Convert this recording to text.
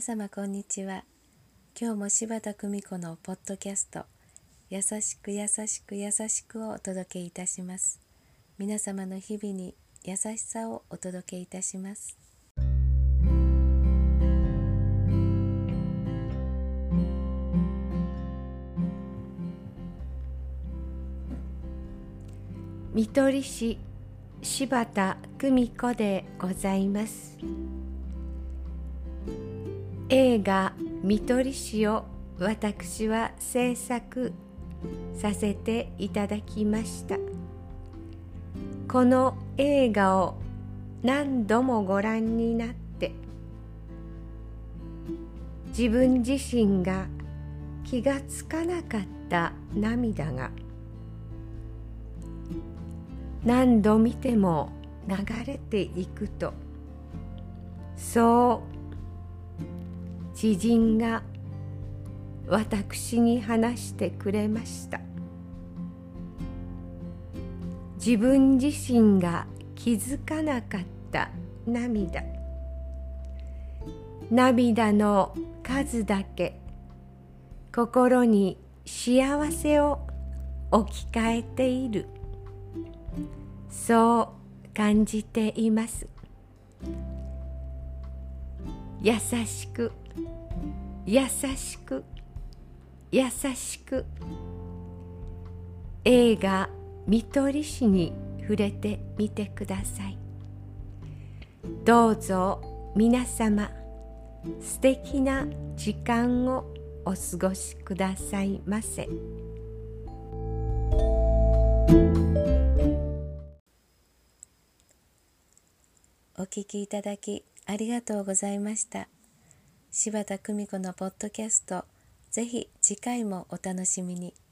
様こんにちは。今日も柴田久美子のポッドキャスト優しく優しく優しくをお届けいたします。皆様の日々に優しさをお届けいたします。 看取り師柴田久美子でございます。映画看取り師を私は制作させていただきました。この映画を何度もご覧になって自分自身が気がつかなかった涙が何度見ても流れていくと、そう知人が私に話してくれました。自分自身が気づかなかった涙の数だけ心に幸せを置き換えている、そう感じています。優しく優しく優しく映画看取り師に触れてみてください。どうぞ皆様素敵な時間をお過ごしくださいませ。 お聞きいただきありがとうございました。柴田久美子のポッドキャスト、ぜひ次回もお楽しみに。